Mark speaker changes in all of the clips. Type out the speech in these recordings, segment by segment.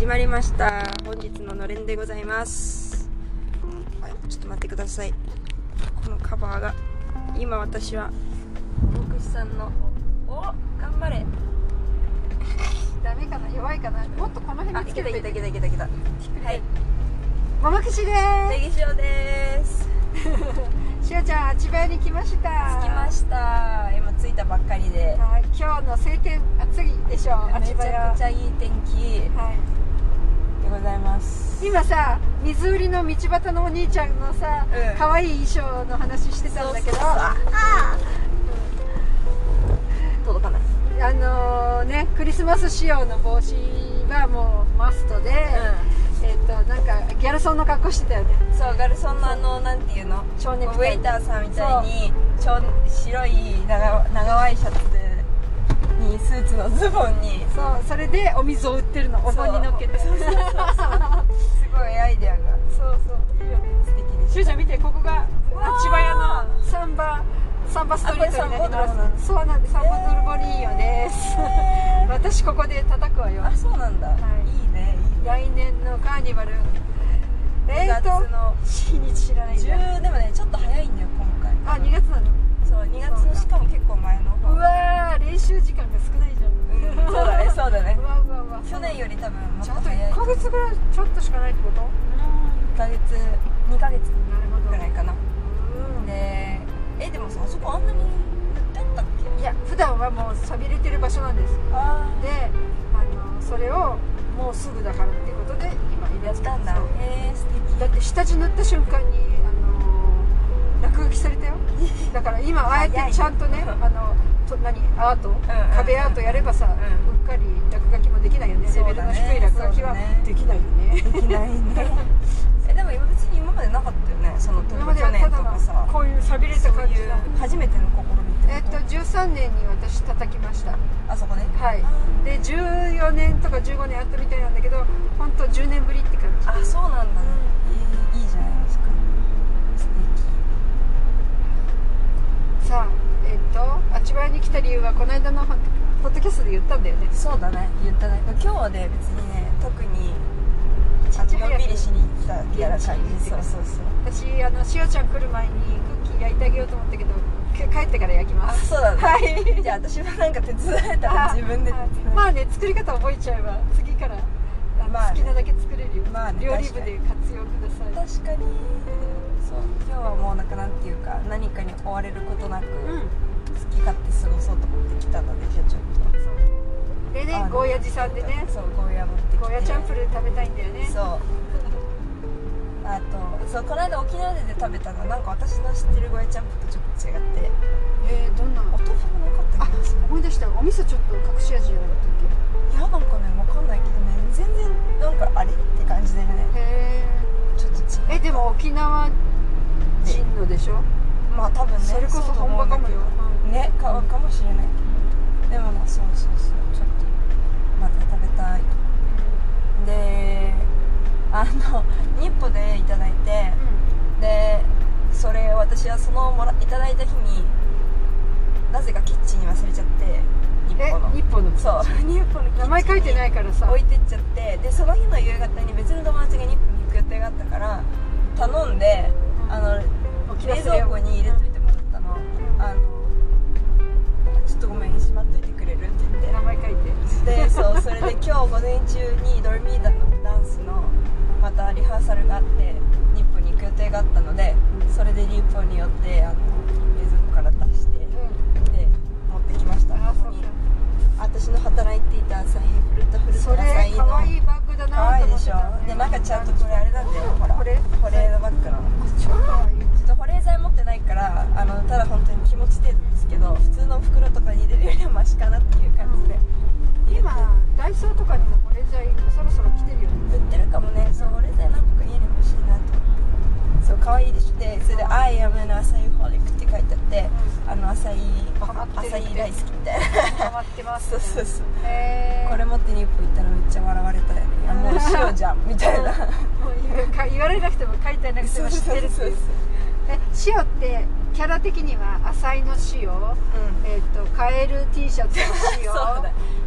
Speaker 1: 始まりました。本日ののれんでございます。ちょっと待ってください。このカバーが今私は牧師さんの頑張れ
Speaker 2: ダメかな、弱いかな、もっとこの辺につけて。
Speaker 1: いけた。はい、
Speaker 2: ももくしで
Speaker 1: ネギ塩です。
Speaker 2: しおちゃん、千葉屋に来ました。
Speaker 1: 着きました。今着いたばっかりで、
Speaker 2: はい、今日の晴天、暑いでしょ。
Speaker 1: めちゃくちゃいい天気でございます。
Speaker 2: 今さ、水売りの道端のお兄ちゃんのさ、可愛い衣装の話してたんだけど、
Speaker 1: 届かない。
Speaker 2: ね、クリスマス仕様の帽子はもうマストで、なんかギャルソンの格好してたよね。
Speaker 1: そう、ギャルソンのなんていうの、ウェイターさんみたいに白い長ワイシャツにスーツのズボンに、
Speaker 2: それでお水を売ってるの、お盆に乗っけて。
Speaker 1: すごいアイデアが、
Speaker 2: いいよね、
Speaker 1: 素敵で
Speaker 2: しゅうちゃん見て、ここが千葉屋のサンバストリートになります。そうなんです、サンバドルボリーヨです。私ここで叩くわよ。
Speaker 1: そうなんだ。いいね。
Speaker 2: 来年のカーニバル、
Speaker 1: 2月の
Speaker 2: 日にち知らないんだ。
Speaker 1: でもね、ちょっと早いんだよ今回。
Speaker 2: 2月なの。
Speaker 1: そう、2月のしかも結構前の方。
Speaker 2: うわー、練習時間が少ないじゃん。
Speaker 1: そうだね。
Speaker 2: うわ
Speaker 1: 去年より多分もっと
Speaker 2: ちょっと
Speaker 1: 早い。
Speaker 2: 1ヶ月ぐらいちょっとしかないってこと？
Speaker 1: 2ヶ月ぐらいかな。
Speaker 2: うん
Speaker 1: でもさ、あそこあんなに塗ってあったっけ？
Speaker 2: いや、普段はもう寂れてる場所なんです。で、それをもうすぐだからっていうことで今入れ
Speaker 1: やったんだ。素敵。
Speaker 2: だって下地塗った瞬間に落書きされたよ。だから今ああやってちゃんとね、アート、壁アートやればさ、うっかり落書きもできないよね。レベルの低い落書きはできないよね。
Speaker 1: できないね。でも別に今までなかったよね。その去年とかさ、
Speaker 2: こういう寂れた感じの
Speaker 1: 初めての試みって。
Speaker 2: 13年に私叩きました。
Speaker 1: あそこね。
Speaker 2: はい。で14年とか15年あったみたいなんだけど、本当10年ぶりって感じ。
Speaker 1: あ、そうなんだね。いいじゃないですか。素敵。
Speaker 2: さあ、千葉屋に来た理由はこの間のポッドキャストで言ったんだよね。
Speaker 1: そうだね、言ったね。今日はね、別にね、特にのんびりしに行ったみたいな感じ。そう
Speaker 2: 私しおちゃん来る前にクッキー焼いてあげようと思ったけど、帰ってから焼きます。
Speaker 1: そうだね。
Speaker 2: はい。
Speaker 1: じゃあ私はなんか手伝えたら自分で。
Speaker 2: まあね、作り方覚えちゃえば次から好きなだけ作れるよ。料理部で活用ください。
Speaker 1: 確かに。そう、今日はもうなんていうか、何かに追われることなく好き勝手過ごそうと思ってきたので、じゃあちょっと。
Speaker 2: でね、ゴーヤ寺さんでね、
Speaker 1: ゴーヤ持ってきて、
Speaker 2: ゴーヤチャンプル食べたいんだよね。
Speaker 1: そう、この間沖縄で食べたの、なんか私の知ってるゴーヤチャンプルとちょっと違って、
Speaker 2: どんな？
Speaker 1: お豆腐もなかった気がする。
Speaker 2: 思い出した。お味噌ちょっと隠し味じゃなかったっけ？
Speaker 1: いや、なんかね、わかんないけどね、全然なんかあれって感じでね。ちょっと違う。
Speaker 2: でも沖縄人のでしょ？
Speaker 1: まあ多分ね、
Speaker 2: それこそ本場かもよ。
Speaker 1: ね、かもしれないけど、でもそう、ちょっとまた食べたい。で、日歩でいただいて、でそれ私はそのいただいた日になぜかキッチンに忘れちゃって、日歩のそう日歩の
Speaker 2: 名前書いてないからさ
Speaker 1: 置いてっちゃって、でその日の夕方に別の友達が日歩に行く予定があったから頼んで、冷蔵庫に入れといてもらったの。ちょっとごめん、しまっといてくれるって言って
Speaker 2: 名前書いて、
Speaker 1: でそれで今日午前中にドルミーダのダンスのまたリハーサルがあって日本に行く予定があったので、それで日本によって冷蔵庫から出して、で持ってきました。ここに私の働いていたアサイフルーツ
Speaker 2: それかわいいバッグだな。
Speaker 1: かわいいでしょ。でなんかちゃんとこれあれなんだよ、ほら保冷のバッグなの。ちょっと保冷剤持ってないからただ本当に気持ち程度ですけど、普通の袋とかに入れるよりはマシかなっていう感じで。
Speaker 2: 今ダイソーとかにも保冷剤そろそろ来てるよね。
Speaker 1: 売ってるかもね。そう、保冷剤なんとか家に欲しいなと思って。そう、可愛いでしょ。でそれで I am an acai holic って書いてあって、アサイ大好きみたいな。
Speaker 2: ハマってます。
Speaker 1: そうこれ持って日本行ったらめっちゃ笑われたよね。いやもう塩じゃんみたいな。
Speaker 2: 言われなくても書いてなくても知ってるっていう。塩ってキャラ的には浅井の塩、カエル T シャツの塩、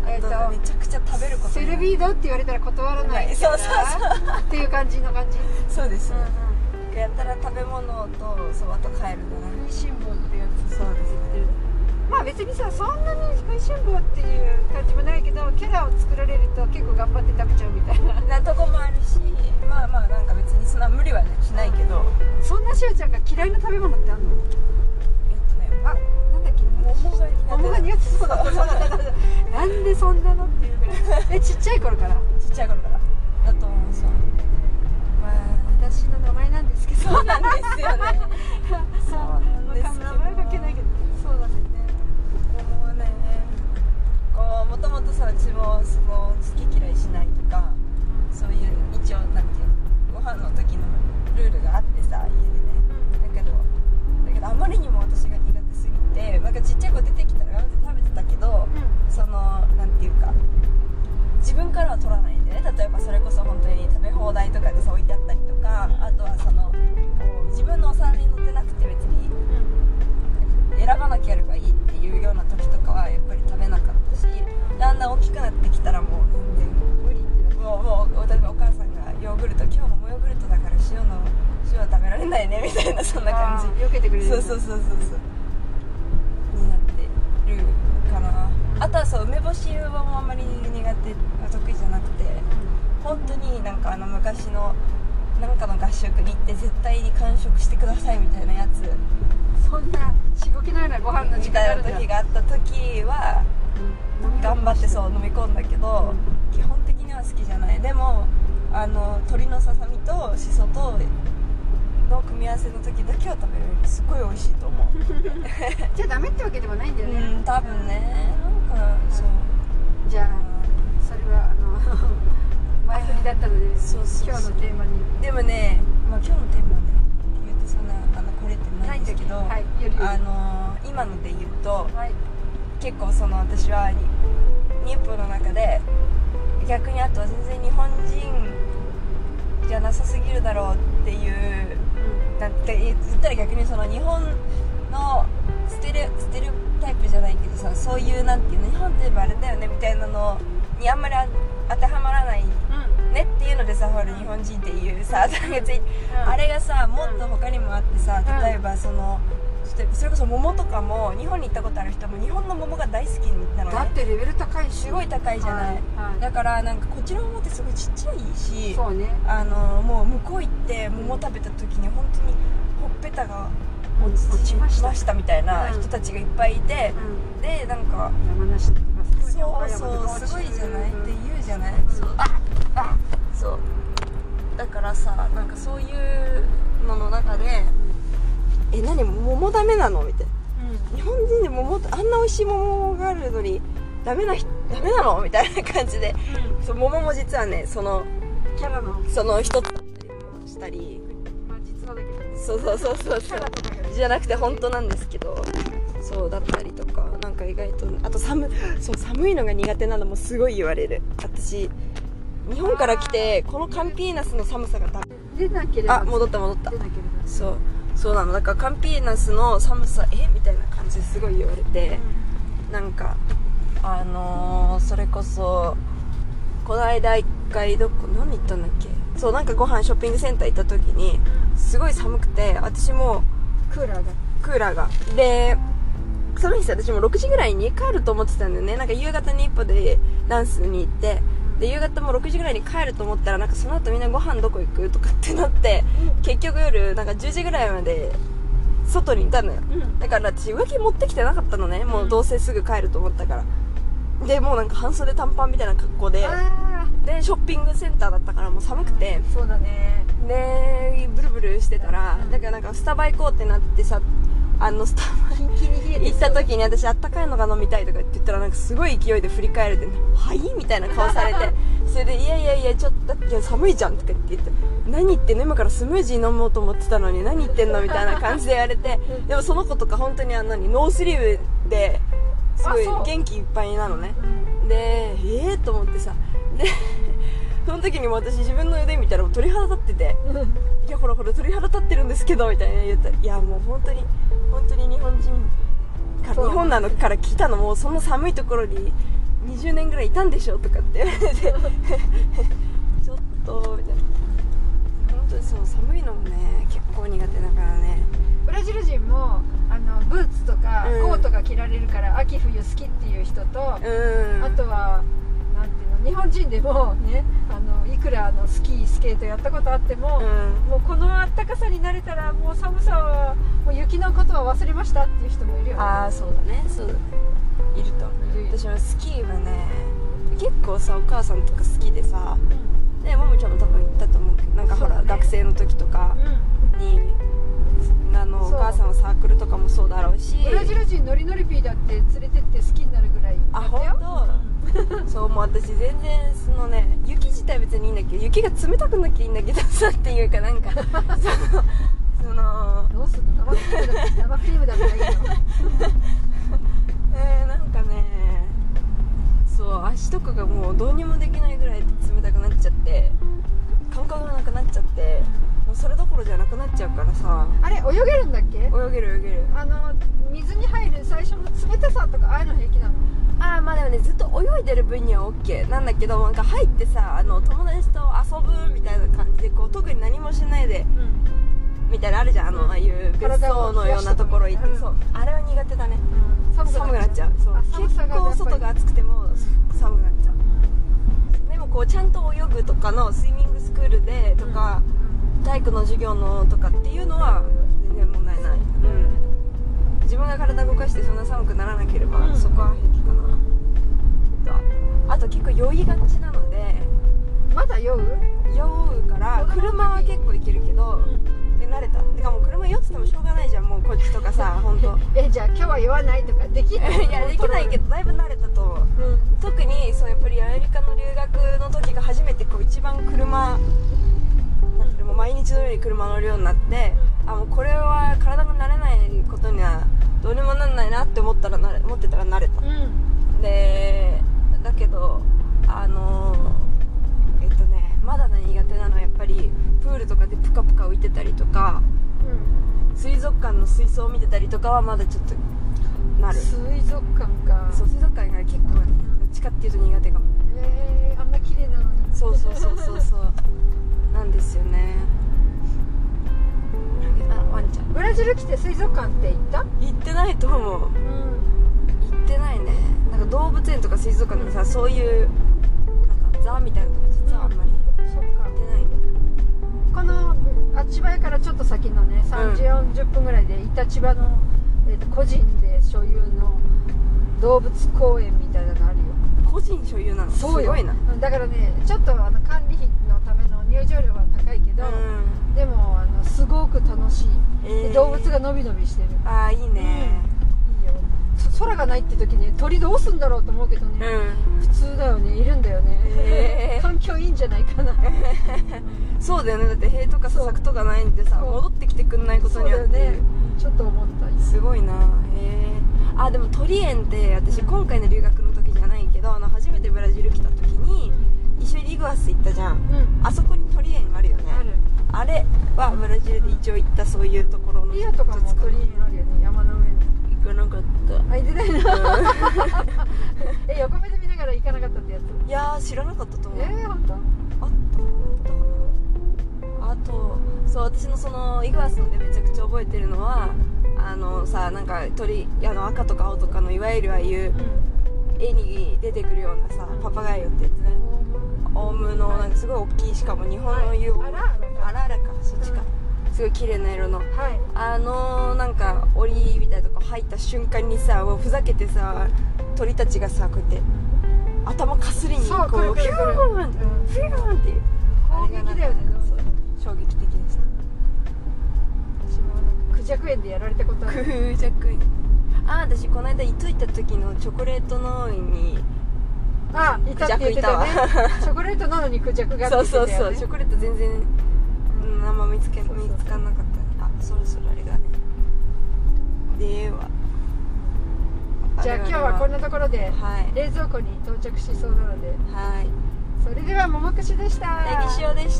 Speaker 1: めちゃくちゃ食べること
Speaker 2: セルビードって言われたら断らない
Speaker 1: そうって
Speaker 2: いう感じの感じ。
Speaker 1: そうです、やったら食べ物とそうあと帰るだな。
Speaker 2: 食いしん坊ってやつ。
Speaker 1: そうです。
Speaker 2: まあ別にさ、そんなに食いしん坊っていう感じもないけど、キャラを作られると結構頑張って食べちゃうみたいな
Speaker 1: とこもあるし、まあなんか別にそんな無理はねしないけど。
Speaker 2: そんなしおちゃんが嫌いな食べ物ってあるの？なんだっけ、桃が苦手。そうだなんでそんなのっていうぐらい。ちっちゃい頃からだ
Speaker 1: と思う。そう、まあ
Speaker 2: 私の名前なんですけど。
Speaker 1: そうなんですよねそうなんですけど、
Speaker 2: 名前がけないけど、そうなんだよね。
Speaker 1: もうね、こうもともとさ、うちもその好き嫌いしないとか、そういう一応なんていうご飯の時のルールがあってさ、家でね。だけどあまりにも私が苦手すぎて、なんかちっちゃい子出てきたら食べてたけど、そのなんていうか自分からは取らないんでね。例えばそれこそ本当に食べ放題とかでさ置いてあったりとか、あとはそのこう自分のお皿に乗ってなくて別に選ばなければいいっていうような時とかはやっぱり食べなかったし、だんだん大きくなってきたらもう全然無理っていうのもう例えばお母さんがヨーグルト、今日もヨーグルトだから塩は食べられないねみたいな、そんな感じ。
Speaker 2: 避けてくれる。
Speaker 1: そうになってるかな。あとはそう、梅干しはあんまり苦手、得意じゃなくて、本当になんか昔のなんかの合宿に行って絶対に完食してくださいみたいなやつ、
Speaker 2: そんなしごきのようなご飯の時間があるんだ。
Speaker 1: 時があった時は頑張ってそう飲み込んだけど、基本的には好きじゃない。でも鶏のささみとしそとの組み合わせの時だけは食べるよりすごい美味しいと思う
Speaker 2: じゃあダメってわけでもないんだよね。
Speaker 1: 多分ね、なんかそう。
Speaker 2: じゃあそれは前振りだったので、今日のテーマに。
Speaker 1: でもね、まあ今日のテーマね言うとそんなこれってないんですけど、今ので言うと、結構その私は日本の中で逆にあとは全然日本人じゃなさすぎるだろうっていう、なんて言ったら逆にその日本のステレオタイプじゃないけどさ、そういうなんていうの、日本といえばあれだよねみたいなのにあんまり当てはまらないねっていうのでさ、ほら日本人っていうさ、あれがさもっと他にもあってさ、例えばそれこそ桃とかも、日本に行ったことある人も日本の桃が大好きなのね。
Speaker 2: だってレベル高いし、
Speaker 1: すごい高いじゃない、だからなんかこっちの桃ってすごいちっちゃいし、
Speaker 2: そうね、
Speaker 1: もう向こう行って桃食べた時に本当にほっぺたが落ちましたみたいな人たちがいっぱいいて、でなんか
Speaker 2: 山梨とか
Speaker 1: そうすごいじゃないって言うじゃない、そうだからさ、なんかそういうのの中で何桃ダメなのみたいな、日本人で桃あんな美味しい桃があるのにダメなのみたいな感じで、そう桃も実はねその
Speaker 2: キャラの
Speaker 1: その一つだったりもしたり、
Speaker 2: 実はだけど
Speaker 1: そうじゃなくて本当なんですけど、そうだったりとか、なんか意外とあと寒いのが苦手なのもすごい言われる。私日本から来てこのカンピーナスの寒さが
Speaker 2: 出なければ、
Speaker 1: 戻ったそうなの。だからカンピーナスの寒さみたいな感じですごい言われて、なんかそれこそこの間一回何行ったんだっけ、そうなんかご飯ショッピングセンター行った時にすごい寒くて、私も
Speaker 2: クーラーが
Speaker 1: でその日さ、私も6時ぐらいに帰ると思ってたんだよね。なんか夕方に一歩でダンスに行って、で夕方も6時ぐらいに帰ると思ったら、なんかその後みんなご飯どこ行くとかってなって、結局夜なんか10時ぐらいまで外にいたのよ、だから私上着持ってきてなかったのね、もうどうせすぐ帰ると思ったから。でもうなんか半袖短パンみたいな格好でショッピングセンターだったからもう寒くて、
Speaker 2: そうだね、
Speaker 1: でブルブルしてたら、だからなんかスタバ行こうってなってさ、スタバに行った時に私あったかいのが飲みたいとかって言ったら、なんかすごい勢いで振り返れて、はいみたいな顔されて、それでいやちょっと寒いじゃんとかって言って、何言ってんの、今からスムージー飲もうと思ってたのに何言ってんのみたいな感じで言われて、でもその子とか本当にノースリーブですごい元気いっぱいなのね。でと思ってさ、でその時にも私自分の腕見たら鳥肌立ってて、いやほら鳥肌立ってるんですけどみたいな言ったら、いやもう本当に日本人から、日本なのから来たのもそんな寒いところに 20年ぐらいいたんでしょとかって言われてちょっとみたいな。本当にそう、寒いのもね結構苦手だからね。
Speaker 2: ブラジル人もブーツとかコートが着られるから秋冬好きっていう人と、あとはなんていうの、日本人でもね、いくらスキースケートやったことあっても、もうこの暖かさに慣れたらもう寒さはもう雪のことは忘れましたっていう人もいるよね。
Speaker 1: ああそうだね、そうだね、いると。私はスキーはね結構さ、お母さんとか好きでさ、でももちゃんも多分行ったと思うけど、なんかほら、学生の時とかに、お母さんはサークルとかもそうだろうし、
Speaker 2: ブラジル人ノリノリピーだって連れてって好きになるぐらいだったよ。
Speaker 1: 本当そう、もう私全然そのね、雪自体別にいいんだけど、雪が冷たくなきゃいいんだけどさっていうか、なんかその
Speaker 2: どうすんの、生クリームだったらいいよ
Speaker 1: なんかね、そう足とかがもうどうにもできないぐらい冷たくなっちゃって、感覚がなくなっちゃって、もうそれどころじゃなくなっちゃうからさ。
Speaker 2: あれ泳げるんだっけ？
Speaker 1: 泳げる。
Speaker 2: 水に入る最初の冷たさとかああいうの平気なの？
Speaker 1: ああ、まあでもね、ずっと泳いでる分には OK なんだけど、なんか入ってさ、友達と遊ぶみたいな感じで、こう特に何もしないで、みたいなあるじゃん、ああいう別荘のようなところ行って、そう、あれは苦手だね。寒くなっちゃう。そう、結構外が暑くても寒くなっちゃう。でもこうちゃんと泳ぐとかのスイミングスクールでとか、体育の授業のとかっていうのは全然問題ない。自分が体動かしてそんな寒くならなければ、そこは平気かな。あと結構酔いがちなので。
Speaker 2: まだ酔う
Speaker 1: から車は結構行けるけど、で慣れた。てかもう車酔っててもしょうがないじゃん、もうこっちとかさ、本当。
Speaker 2: じゃあ今日は酔わないとかできない？
Speaker 1: いやできないけどだいぶ慣れたと思う。特にそう、やっぱりアメリカの留学の時が初めてこう一番車、なんていうの、もう毎日のように車乗るようになって、もうこれは体が慣れないことにはどうにもなんないなって思ってたら慣れた。でだけどまだね、苦手なのはやっぱりプールとかでプカプカ浮いてたりとか、水族館の水槽を見てたりとかはまだちょっとなる。
Speaker 2: 水族館か。
Speaker 1: そう、水族館が結構ね、どっちかっていうと苦手かも。
Speaker 2: あんな綺麗なのに。
Speaker 1: そうなんですよね。ワンちゃん。
Speaker 2: ブラジル来て水族館って行った？
Speaker 1: 行ってないと思う。行ってないね。なんか動物園とか水族館でもさ、そういうなんかザみたいなとこ実はあんまり
Speaker 2: そっか、
Speaker 1: 行ってないね。
Speaker 2: この千葉屋からちょっと先のね、30、40分ぐらいで板千葉の、個人で所有の動物公園みたいなのあるよ。
Speaker 1: 個人所有なの？
Speaker 2: そうよ。
Speaker 1: すごいな。
Speaker 2: だからね、ちょっと管理費のための入場料は高いけど、でもすごく楽しい。で動物がのびのびしてる。
Speaker 1: ああ、いいね。
Speaker 2: いいよ。空がないって時ね、鳥どうすんだろうと思うけどね、普通だよね、いるんだよね。環境いいんじゃないかな。
Speaker 1: そうだよね。だって塀とかさ、柵とかないんでさ、戻ってきてくんないことによって、
Speaker 2: ちょっと思った。
Speaker 1: すごいな。でも鳥園って私今回の留学の時じゃないけど、初めてブラジル来た時に一緒にイグアス行ったじゃん。あそこに鳥園あるよね。あれはブラジルで一応行ったそういうところの
Speaker 2: リオとかも鳥園あるよね、山の上に。
Speaker 1: 行かなかった。
Speaker 2: 行ってないな。横目で見ながら行かなかったってやつ？
Speaker 1: いやー、知らなかったと思う。
Speaker 2: 本当？
Speaker 1: あったかな。あとそう、私のそのイグアスのでめちゃくちゃ覚えてるのは、さ、なんか鳥、赤とか青とかのいわゆるああいう絵に出てくるようなさ、パパガイオってやつね。オウムのなんかすごい大きい、しかも日本の言うアラか、そっちか。すごい綺麗な色の、なんか檻みたいなとこ入った瞬間にさ、ふざけてさ、鳥たちがさ、こうやって頭かすりにこうフィューンってフィューンっていう、
Speaker 2: 攻撃だよね。
Speaker 1: 衝撃的でした。
Speaker 2: 私もクジャク園でやられたことある。
Speaker 1: クジャク園。私この間伊豆行った時のチョコレート農園に
Speaker 2: いたって言ってたね。チョコレートなのにクジャクがって言ってたよね。
Speaker 1: そう、チョコレート全然あんま見つかんなかったね。そろそろあれがね。では
Speaker 2: じゃあ今日はこんなところで冷蔵庫に到着しそうなので、それではももくしでした。
Speaker 1: ネギ塩でした。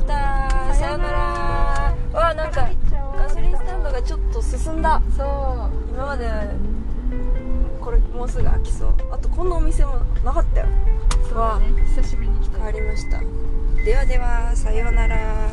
Speaker 1: さよなら。なんかガソリンスタンドがちょっと進んだ。
Speaker 2: そう、
Speaker 1: 今までこれもうすぐ開きそう。あとこんなお店もなかったよ。
Speaker 2: そうだね、久しぶりに来た。
Speaker 1: 変わりました。ではでは、さようなら。